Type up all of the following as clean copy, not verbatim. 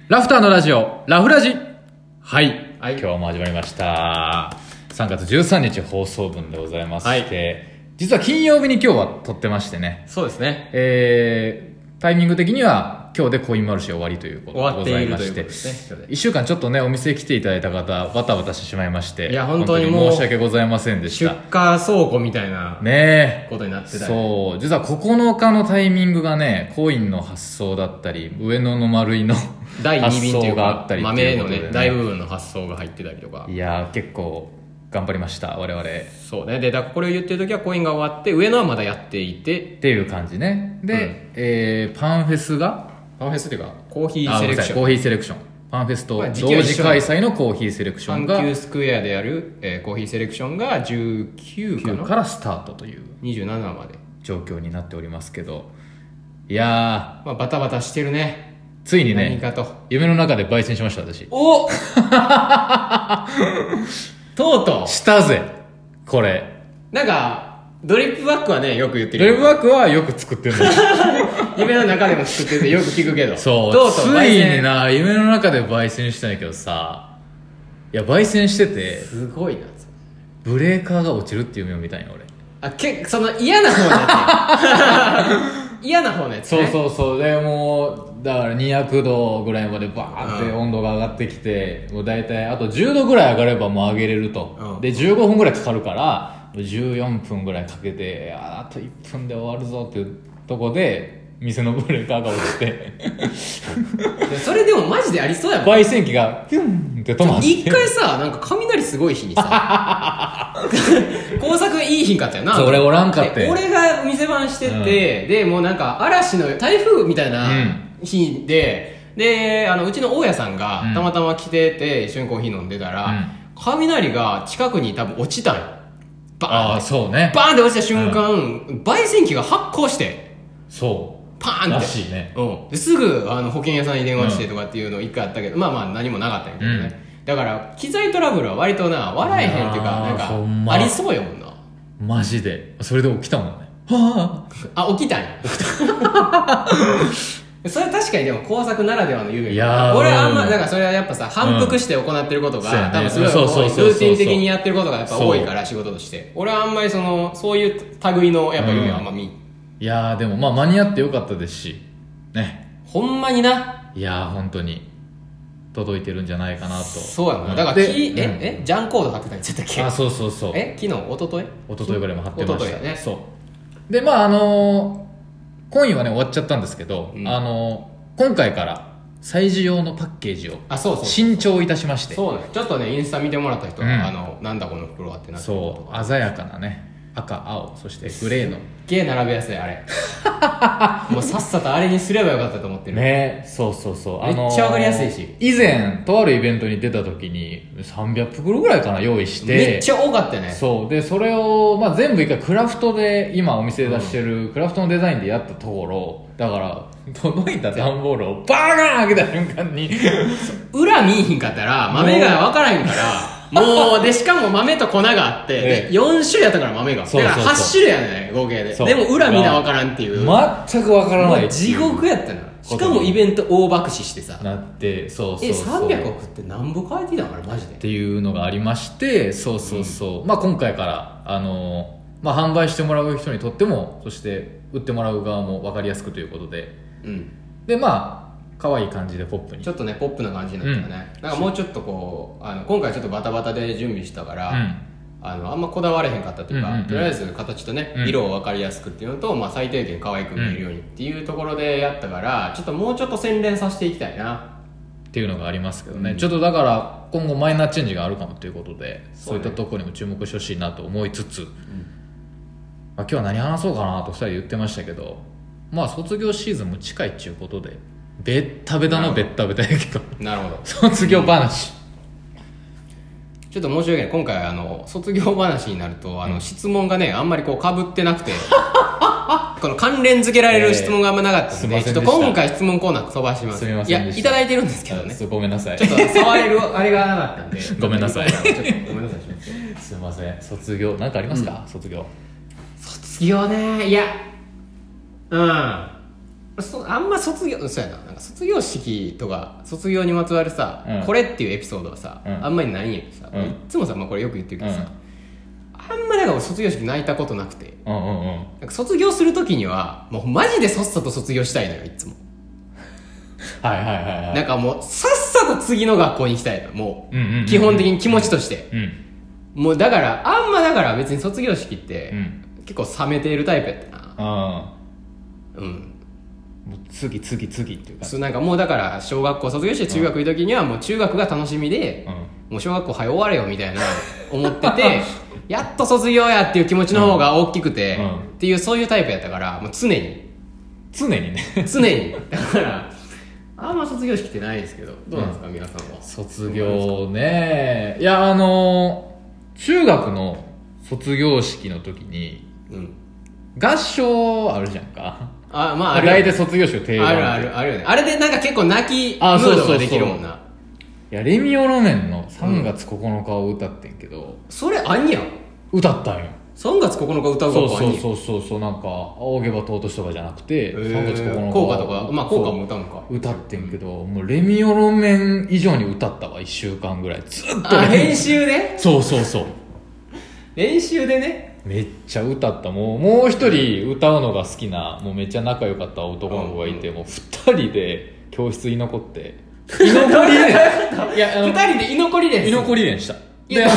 ラフターのラジオ、ラフラジ。はい。 はい、 今日も始まりました。3月13日放送分でございまして、はい、実は金曜日に今日は撮ってましてね。 そうですね。 タイミング的には今日でコインマルシェ終わりということでございまして、1週間ちょっとね、お店来ていただいた方、バタバタしてしまいまして、 いや、本当にもう申し訳ございませんでした。 出荷倉庫みたいなねことになってた、ね。 そう。実は9日のタイミングがね、コインの発送だったり、上野の丸いの第2便っていうか、 発送があったりっていうことで、ね、 豆のね、大部分の発送が入ってたりとか。 いやー、結構頑張りました、我々。 そうね。で、だからこれを言ってる時はコインが終わって、上野はまだやっていて。 っていう感じね。で、パンフェスっていうか、コーヒーセレクション。 コーヒーセレクション。パンフェスと同時開催のコーヒーセレクションが、 阪急スクエアでやる、コーヒーセレクションが19かなからスタートという 27まで状況になっておりますけど、いやー、 まあ、バタバタしてるね。 ついにね、 何かと夢の中で焙煎しました、私。 おとうとうしたぜ、これ。 なんかドリップバッグはね、よく言ってる。 ドリップバッグはよく作ってるの夢の中でも作っててよく聞くけど。 そう、ついにな、夢の中で焙煎したんやけどさ、いや、焙煎してて、 すごいな。 ブレーカーが落ちるっていう夢を見たんや、俺。 その嫌な方のやつ嫌な方のやつ、ね、 そう。で、もう、だから200度ぐらいまでバーって温度が上がってきて、もう大体、あと10度ぐらい上がればもう上げれると。で、15分ぐらいかかるから、14分ぐらいかけて、あと1分で終わるぞっていうとこで、店のブレーカーが落ちてそれでもマジでありそうやもん。 焙煎機がピュンって止まって一回さ、なんか雷すごい日にさ工作いい日かったよな。 そう、俺おらんかって。 俺が店番してて、でもうなんか嵐の台風みたいな日で、で、うちの大家さんがたまたま来てて、一緒にコーヒー飲んでたら、雷が近くに多分落ちたんよ。 バーンって。そうね。 バーンって落ちた瞬間、焙煎機が発光して、 そう。 パーンって。 らしいね。 ですぐ、保険屋さんに電話してとかっていうのを一回あったけど、まあ何もなかったんやけどね。だから、機材トラブルは割とな、笑えへんっていうか、なんか、ありそうやもんな。 マジで。それで起きたもんね。はぁ。起きたんや。それ確かにでも工作ならではの夢。 いやー、 俺あんま、だからそれはやっぱさ、反復して行ってることが、多分すごいルーティン的にやってることがやっぱ多いから、仕事として。俺はあんまりそういう類のやっぱ夢はあんま見ん。 いやー、でもまあ間に合ってよかったですし、ね。 ほんまにな。 いやー、本当に届いてるんじゃないかなと。 そうやもんな。だからジャンコード貼ってたん言ってたっけ。 あ、そう。 昨日、一昨日ぐらいも貼ってました。 一昨日やね。 そう。で、まあコインはね、終わっちゃったんですけど、今回から催事用のパッケージを新調いたしまして。 そうね。ちょっとね、インスタ見てもらった人は、なんだこの袋はってなって。 そう、鮮やかなね。赤、青、そしてグレーの。 ゲー並べやすい、あれ。もうさっさとあれにすればよかったと思ってる。 ね、そう。 めっちゃわかりやすいし。 以前、とあるイベントに出た時に、300袋ぐらいかな、用意して。 めっちゃ多かったよね。 そう。で、それを、まあ、全部一回クラフトで、今お店で出してるクラフトのデザインでやったところ、だから、届いた段ボールをバーガー開けた瞬間に裏見えひんかったら、豆がわからへんから、もう、で、しかも豆と粉があって、で、4種類やったから豆が。だから8種類やね合計で。でも裏見なわからんっていう。 全くわからない。 地獄やったな。しかもイベント大爆死してさ。 なって、そう。 300億って何部書いてたのからマジで。 っていうのがありまして、そう。まあ今回から、まあ販売してもらう人にとっても、そして売ってもらう側も分かりやすくということで。で、まあ、可愛い感じでポップにちょっとねポップな感じになったね、なんかもうちょっとこう今回ちょっとバタバタで準備したから、あんまこだわれへんかったというか、とりあえず形とね、色を分かりやすくっていうのと、まあ、最低限可愛く見えるようにっていうところでやったから、ちょっともうちょっと洗練させていきたいなっていうのがありますけどね、ちょっとだから今後マイナーチェンジがあるかもということで、そういったところにも注目してほしいなと思いつつ、まあ、今日は何話そうかなと2人で言ってましたけど、まあ卒業シーズンも近いっちゅうことで、ベッタベタのベッタベタやけど、 なるほど卒業話、 ちょっと申し訳ない。今回卒業話になると質問がねあんまりこう被ってなくてこの関連付けられる質問があんまなかったので、ちょっと今回質問コーナー飛ばします。 すみませんでした。 いやいただいてるんですけどね。 ごめんなさい。 ちょっと触れるあれがなかったんでごめんなさい。 ちょっとごめんなさい。 すみません。卒業なんかありますか？卒業ね、いやあんまそうやな、なんか卒業式とか卒業にまつわるさ、これっていうエピソードはさ、あんまりないんやけどさ、いつもさ、これよく言ってるけどさ、あんまなんか卒業式泣いたことなくて、なんか卒業するときにはもうマジでさっさと卒業したいのよ、いつも。 はいはいはいはい。 なんかもうさっさと次の学校に行きたいの、もう基本的に気持ちとして、もうだからあんまだから別に卒業式って、結構冷めているタイプやったな。 もう次っていうか、 そう、なんかもうだから小学校卒業して中学行く時にはもう中学が楽しみで、もう小学校早終われよみたいな思っててやっと卒業やっていう気持ちの方が大きくて、っていうそういうタイプやったから、もう常にね常にだからあんま卒業式ってないですけど、どうなんですか、皆さんは。 卒業ね。いや中学の卒業式の時に、合唱あるじゃんか。 あ、まあある、 大体卒業式の定番あるよね。あれでなんか結構泣きムードができるもんな。 いやレミオロメンの3月9日を歌ってんけど、 それあんやん。 歌ったんよ。 3月9日歌う学校あんやん。 そうなんか仰げば尊しとかじゃなくて、3月9日校歌とか、まあ校歌も歌うのか、 歌ってんけど、もうレミオロメン以上に歌ったわ。1週間ぐらいずっと。 練習で。 そう練習でね。 めっちゃ歌った。もう一人歌うのが好きな、もうめっちゃ仲良かった男の子がいて、もう2人で教室居残って居残り練いや2人で居残り練したいや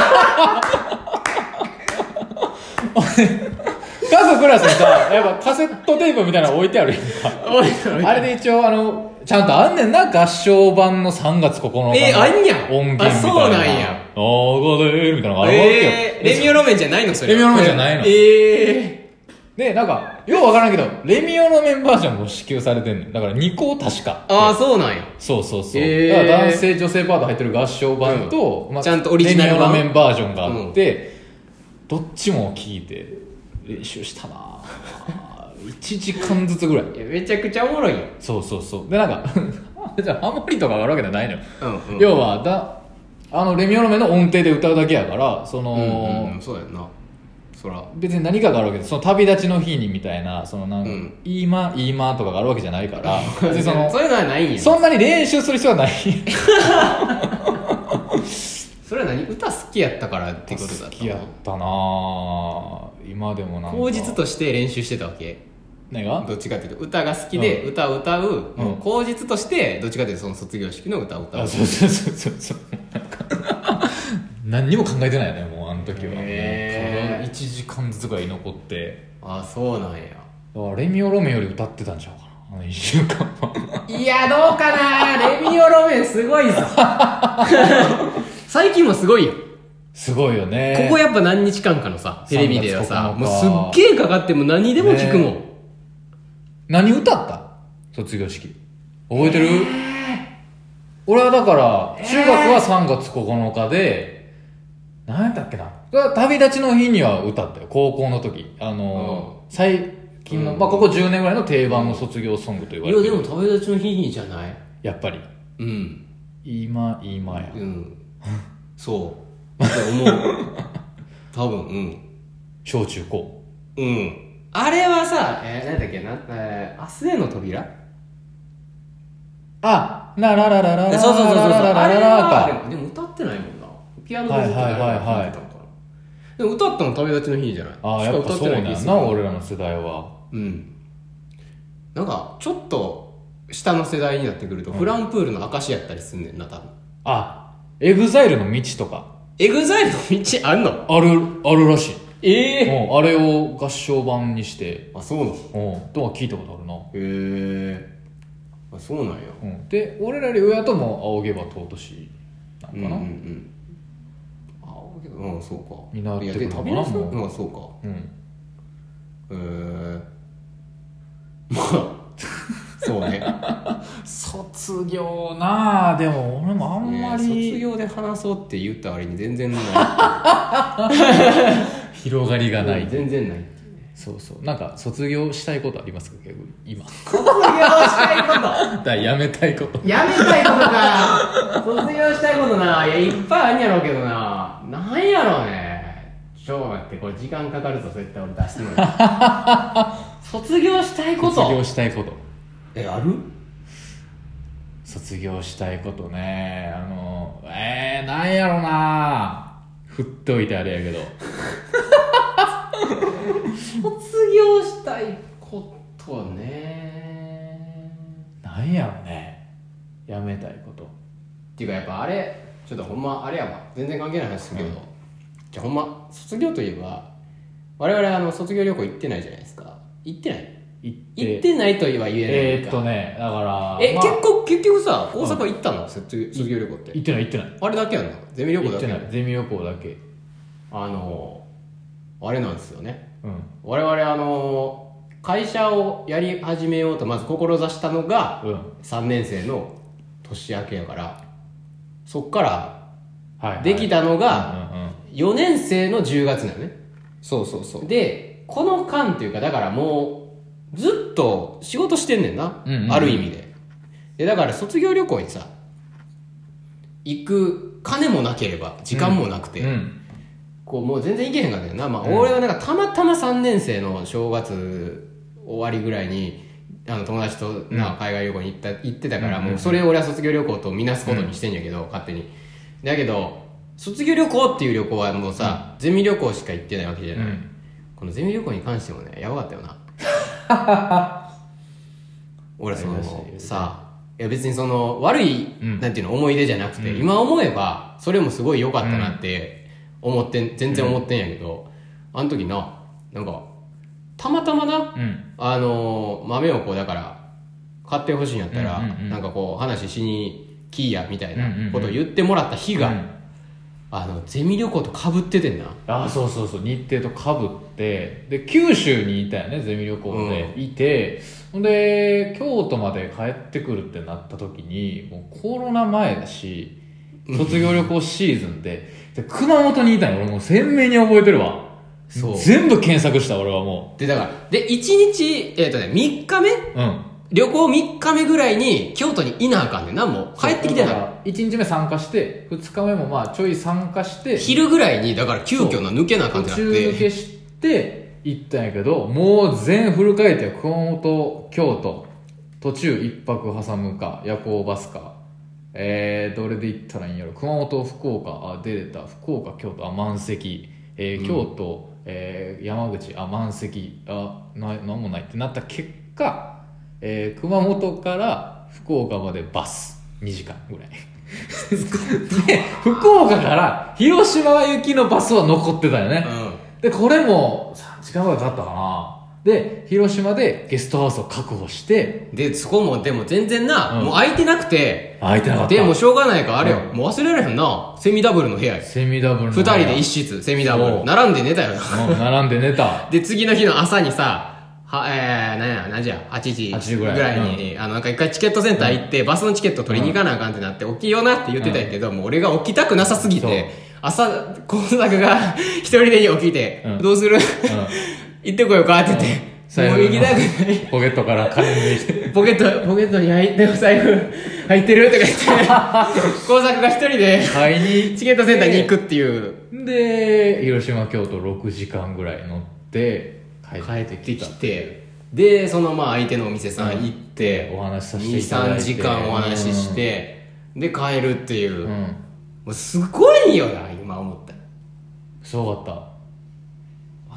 各クラスにさ、やっぱカセットテープみたいなの置いてあるやんか。あれで一応ちゃんとあんねんな、合唱版の3月9日のあんやん。 音源みたいな。 そうなんや。 みたいなのがあるわけよ。 レミオロメンじゃないのそれ。 レミオロメンじゃないの。で、なんか、ようわからんけど、レミオロメンバージョンも支給されてんねん。だから2個確か。 そうなんや。 そう。だから男性女性パート入ってる合唱版と、 ちゃんとオリジナル版。 レミオロメンバージョンがあって、どっちも聞いて練習したな1時間ずつぐらい。 めちゃくちゃおもろいよ。 そうで、なんかじゃあハモリとかがあるわけじゃないのよ。要はレミオロメンの音程で歌うだけやから、 そうやんな。そら別に何かがあるわけで、その旅立ちの日にみたいな、そのなんか、今とかがあるわけじゃないから別にそういうのはないんや。 そんなに練習する必要はないそれは何、歌好きやったからってことだったの？ 好きやったなぁ。今でもなんか口実として練習してたわけ？ 何が？ どっちかっていうと歌が好きで歌を歌う、口実としてどっちかっていうとその卒業式の歌を歌う。 そう何にも考えてないよね、もうあの時は。1時間ずつぐらい残って。 そうなんや。 だからレミオロメンより歌ってたんちゃうかな、1週間はいやどうかな。レミオロメンすごいぞ最近もすごいよ。 すごいよね。 ここやっぱ何日間かのさテレビではさ、もうすっげえかかっても何でも聞くもん、 何歌った？卒業式覚えてる？俺はだから中学は3月9日で、何やったっけな、旅立ちの日には歌ったよ、高校の時。最近の、ここ10年ぐらいの定番の卒業ソングと言われてる。 いやでも旅立ちの日にじゃない？ やっぱり今やそうって思う多分小中高あれはさ、なんだっけな、明日への扉、 ララララララそうあれはでも歌ってないもんな、ピアノでずっと弾いてたのかな。でも歌ったの旅立ちの日じゃない？ やっぱそうなんやな、俺らの世代は。 なんかちょっと下の世代になってくると、フランプールの証やったりすんねんな、多分。 エグザイルの道とか。 エグザイルの道あんの？ あるらしい。 あれを合唱版にして。 そうなの？ とは聞いたことあるな。 そうなんや。 で、俺らより上やともう仰げば尊しなんかな。 そうか。 になってくるのかな、 もう。そうか。まあそうね卒業なぁ。でも俺もあんまり、 卒業で話そうって言った割に全然ない広がりがない。 全然ない。 そうなんか卒業したいことありますか、逆に今。 卒業したいことだやめたいこと。 やめたいことか。卒業したいことな、いやいっぱいあるんやろうけどな、なんやろうね。ちょっと待って、これ時間かかるぞ、そうやって俺出すのに卒業したいこと。 卒業したいことある？ 卒業したいことね、なんやろな、振っておいてあれやけど卒業したいことね、 なんやろね、やめたいことっていうかやっぱあれちょっとほんまあれやわ、全然関係ない話するけど、じゃあほんま卒業といえば我々卒業旅行行ってないじゃないですか。行ってない？行ってないとは言えないか。 だから結局さ大阪行ったの？卒業旅行って行ってないあれだけやんな。ゼミ旅行だけやん。 ゼミ旅行だけ。 あれなんですよね、我々会社をやり始めようとまず志したのが、3年生の年明けやから、そっからできたのが4年生の10月なのね。 そうでこの間っていうかだからもうずっと仕事してんねんな、ある意味でだから卒業旅行にさ行く金もなければ時間もなくて、こうもう全然行けへんかったよな。俺はなんかたまたま3年生の正月終わりぐらいに友達と海外旅行に行ってたから、もうそれを俺は卒業旅行とみなすことにしてんやけど、勝手に。だけど卒業旅行っていう旅行はもうさ、ゼミ旅行しか行ってないわけじゃない、このゼミ旅行に関してもねやばかったよな俺さ、いや別に悪い、なんていうの思い出じゃなくて、今思えばそれもすごい良かったなって全然思ってんやけど、あの時なんかたまたまな、豆をこうだから買ってほしいんやったら、なんかこう話しに来いやみたいなことを言ってもらった日が、ゼミ旅行と被っててんな。 そう日程と被って、で九州にいたよね、ゼミ旅行でいて、で京都まで帰ってくるってなった時にもうコロナ前だし卒業旅行シーズンで熊本にいたの。俺もう鮮明に覚えてるわ。全部検索した俺はもうで1日3日目、旅行3日目ぐらいに京都にいなあかんねんな。もう帰ってきてない。 1日目参加して2日目もちょい参加して昼ぐらいにだから急遽抜けなあかんってなって途中抜けして行ったんやけど、もう全フル回転、熊本京都途中1泊挟むか夜行バスか、どれで行ったらいいんやろ。熊本福岡出れた、福岡京都満席、京都、山口満席、なんもないってなった結果、熊本から福岡までバス2時間ぐらいで福岡から広島行きのバスは残ってたよね、でこれも3時間ぐらいかかったかな。で広島でゲストハウスを確保して、 でそこもでも全然もう空いてなくて、 空いてなかった。 でもしょうがないからあれよ、もう忘れられへんな、セミダブルの部屋よ。 セミダブルの部屋2人で1室セミダブル並んで寝たよな並んで寝たで次の日の朝にさ何時や8時ぐらいに、なんか一回チケットセンター行って、バスのチケット取りに行かなあかんってなって、起きようなって言ってたんやけど、もう俺が起きたくなさすぎて、朝、工作が一人で起きて、どうする行ってこようかって言って、もう行きたくない。 ポケットから金抜いて。 ポケットに入って、お財布入ってるとか言って、工作が一人で、チケットセンターに行くっていう。 で、広島、京都6時間ぐらい乗って、帰ってきて、 で相手のお店さん行って、 お話しさせていただいて 2,3 時間お話しして、で帰るっていう、もうすごいよな今思ったら。 すごかった。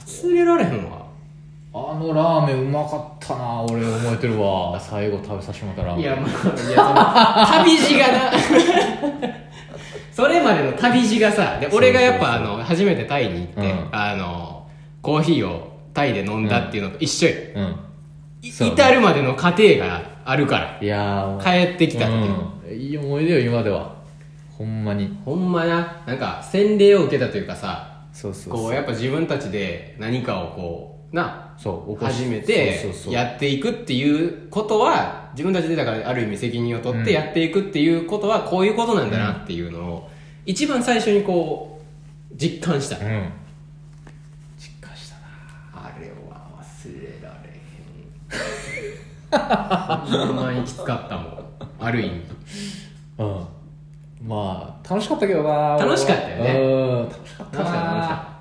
忘れられへんわ。 ラーメンうまかったな。俺覚えてるわ、最後食べさせてもらったラーメン。 いや旅路がなそれまでの旅路がさ、で俺がやっぱ初めてタイに行って、コーヒーをタイで飲んだっていうのと一緒よ、至るまでの過程があるから。 いや帰ってきたって、いい思い出よ今では。ほんまになんか洗礼を受けたというかさ、 こうやっぱ自分たちで何かをこう初めてやっていくっていうことは、自分たちでだからある意味責任を取ってやっていくっていうことはこういうことなんだなっていうのを一番最初にこう実感した、あれは忘れられへんほんまにきつかったもん、ある意味。 楽しかったけどな。 楽しかったよね。 楽しかったな。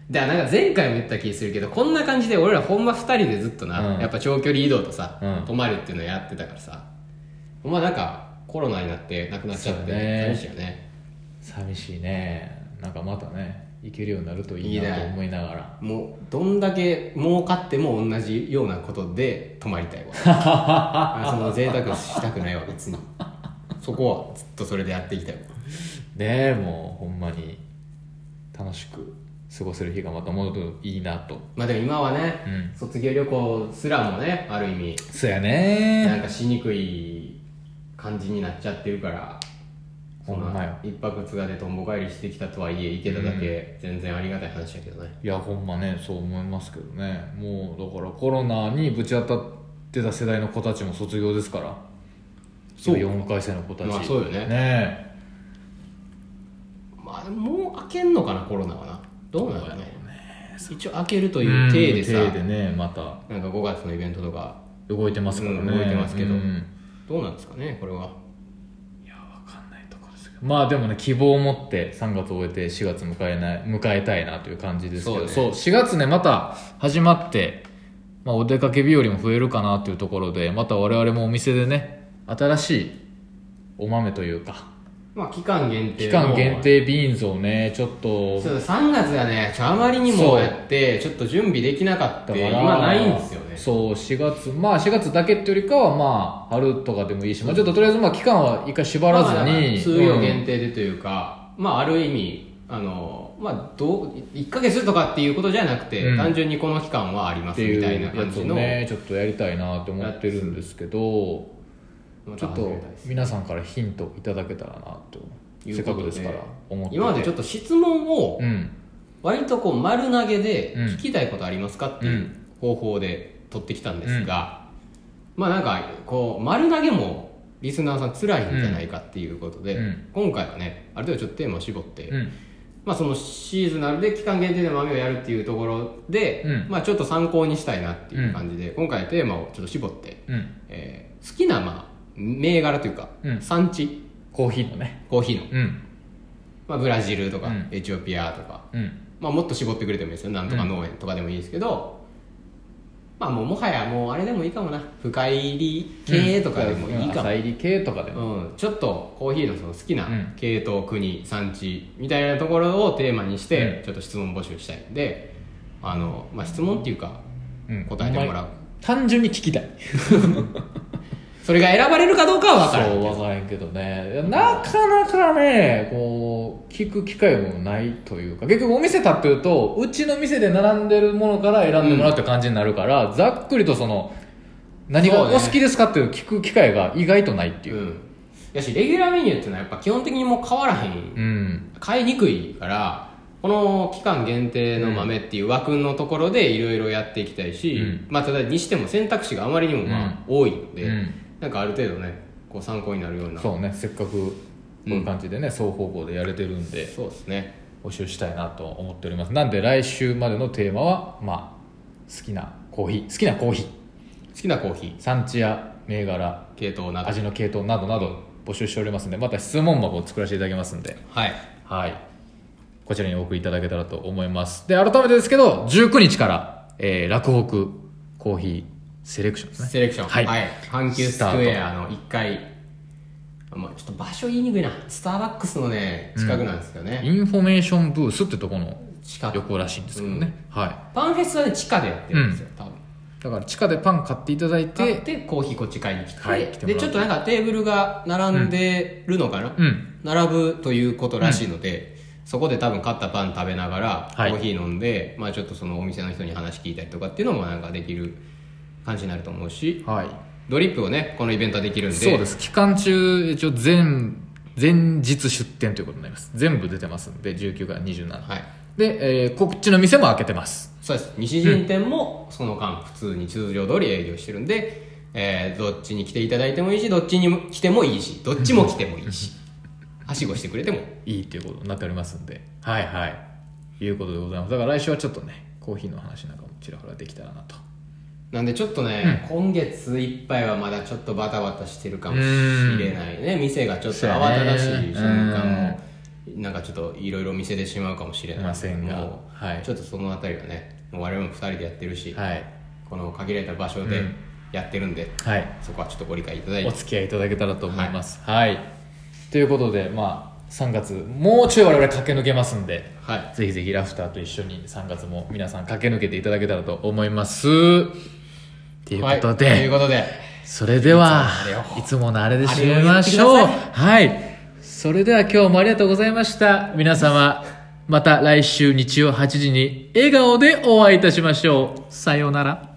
だからなんか前回も言った気するけど、こんな感じで俺らほんま2人でずっとな、やっぱ長距離移動とさ、泊まるっていうのをやってたからさ、ほんまなんかコロナになってなくなっちゃって寂しいよね。 寂しいね。なんかまたね行けるようになるといいなと思いながら、 もうどんだけ儲かっても同じようなことで泊まりたいわその贅沢したくないわ別にそこはずっとそれでやっていきたいわね。もうほんまに楽しく過ごせる日がまた戻るといいなと。 まあでも今はね、卒業旅行すらもねある意味そうやね、 なんかしにくい感じになっちゃってるから、 ほんまよ。 一泊二日でとんぼ帰りしてきたとはいえ行けただけ、全然ありがたい話だけどね。 いやほんまねそう思いますけどね。もうだからコロナにぶち当たってた世代の子たちも卒業ですから。そう4回生の子たち、 まあそうよね。 ねまあもう開けんのかなコロナはな。どうなのね。一応開けるという体でさ、 体でねまたなんか5月のイベントとか動いてますからね、 動いてますけど、どうなんですかねこれは。 いや分かんないところですけど、まあでもね希望を持って3月を終えて4月迎えたいなという感じですけど、そう4月ねまた始まって、まあ、お出かけ日和も増えるかなというところで、また我々もお店でね新しいお豆というか、 まあ期間限定ビーンズをねちょっとそう3月がねあまりにもやってちょっと準備できなかったから今ないんですよね。 そう4月まあ4月だけっていうよりかはまあ春とかでもいいし、まあ、ちょっととりあえずまあ期間は一回縛らずに、 数量限定でというか、まあある意味まあ1ヶ月とかっていうことじゃなくて、単純にこの期間はありますみたいな感じのねちょっとやりたいなって思ってるんですけど、ちょっと皆さんからヒントいただけたらなとせっかくですから思ってて、 今までちょっと質問を割とこう丸投げで聞きたいことありますかっていう方法で取ってきたんですが、まあなんかこう丸投げもリスナーさん辛いんじゃないかっていうことで、今回はねある程度ちょっとテーマを絞って、まあそのシーズナルで期間限定で豆をやるっていうところで、まあちょっと参考にしたいなっていう感じで、今回のテーマをちょっと絞って、好きなまあ銘柄というか、産地コーヒーのねコーヒーの、まあ、ブラジルとか、エチオピアとか、まあ、もっと絞ってくれてもいいですよなんとか農園とかでもいいですけど、まあもはやもうあれでもいいかもな深入り系とかでもいいかも、 浅入り系とかでも、 ちょっとコーヒーのその好きな系統、国産地みたいなところをテーマにして、ちょっと質問募集したいんでまあ、質問っていうか、答えてもらう単純に聞きたいそれが選ばれるかどうかは分からんけど、そう分からんけどね、なかなかねこう聞く機会もないというか、結局お店立ってるとうちの店で並んでるものから選んでもらうって感じになるから、ざっくりとその何がお好きですかっていう聞く機会が意外とないっていう、 やしレギュラーメニューっていうのはやっぱ基本的にもう変わらへん、買いにくいから、この期間限定の豆っていう枠のところでいろいろやっていきたいし、まあただにしても選択肢があまりにもまあ多いので、なんかある程度ねこう参考になるような、 そうね、せっかくこういう感じでね、双方向でやれてるんで、 そうですね、 募集したいなと思っております。なんで来週までのテーマはまあ好きなコーヒー、産地や銘柄、 系統など、 味の系統などなど募集しておりますので、また質問箱を作らせていただきますんで、はいこちらにお送りいただけたらと思います。で改めてですけど19日から、洛北コーヒーセレクションですね。 セレクション、阪急スクエアの1階、まあ、ちょっと場所言いにくいな、スターバックスのね近くなんですよね、 インフォメーションブースってとこの横らしいんですけどね、 パンフェスはね地下でやってるんですよ、多分だから地下でパン買っていただいてコーヒーこっち買いに来て、でちょっとなんかテーブルが並んでるのかな、並ぶということらしいので、そこで多分買ったパン食べながらコーヒー飲んで、まあちょっとそのお店の人に話聞いたりとかっていうのもなんかできる感じになると思うし、ドリップをねこのイベントはできるんで、 そうです、期間中一応前日出店ということになります。全部出てますんで19から27、で、こっちの店も開けてます。 そうです、西陣店もその間普通に通常通り営業してるんで、どっちに来ていただいてもいいし、どっちに来てもいいし、どっちも来てもいいしはしごしてくれてもいいっていうことになっておりますんで、いうことでございます。だから来週はちょっとねコーヒーの話なんかもちらほらできたらなと。 なんでちょっとね、今月いっぱいはまだちょっとバタバタしてるかもしれないね。店がちょっと慌ただしい瞬間もなんかちょっといろいろ見せてしまうかもしれないませんが、 はい、ちょっとそのあたりはねもう我々も2人でやってるし、 はい、 この限られた場所でやってるんで、 はい、 そこはちょっとご理解いただいてお付き合いいただけたらと思います、はい、ということで3月もうちょい我々駆け抜けますんで、はい、ぜひぜひラフターと一緒に3月も皆さん駆け抜けていただけたらと思いますということで、 はい、ということでそれではいつものあれで締めましょう。はい、それでは今日もありがとうございました。皆様また来週日曜8時に笑顔でお会いいたしましょう。さようなら。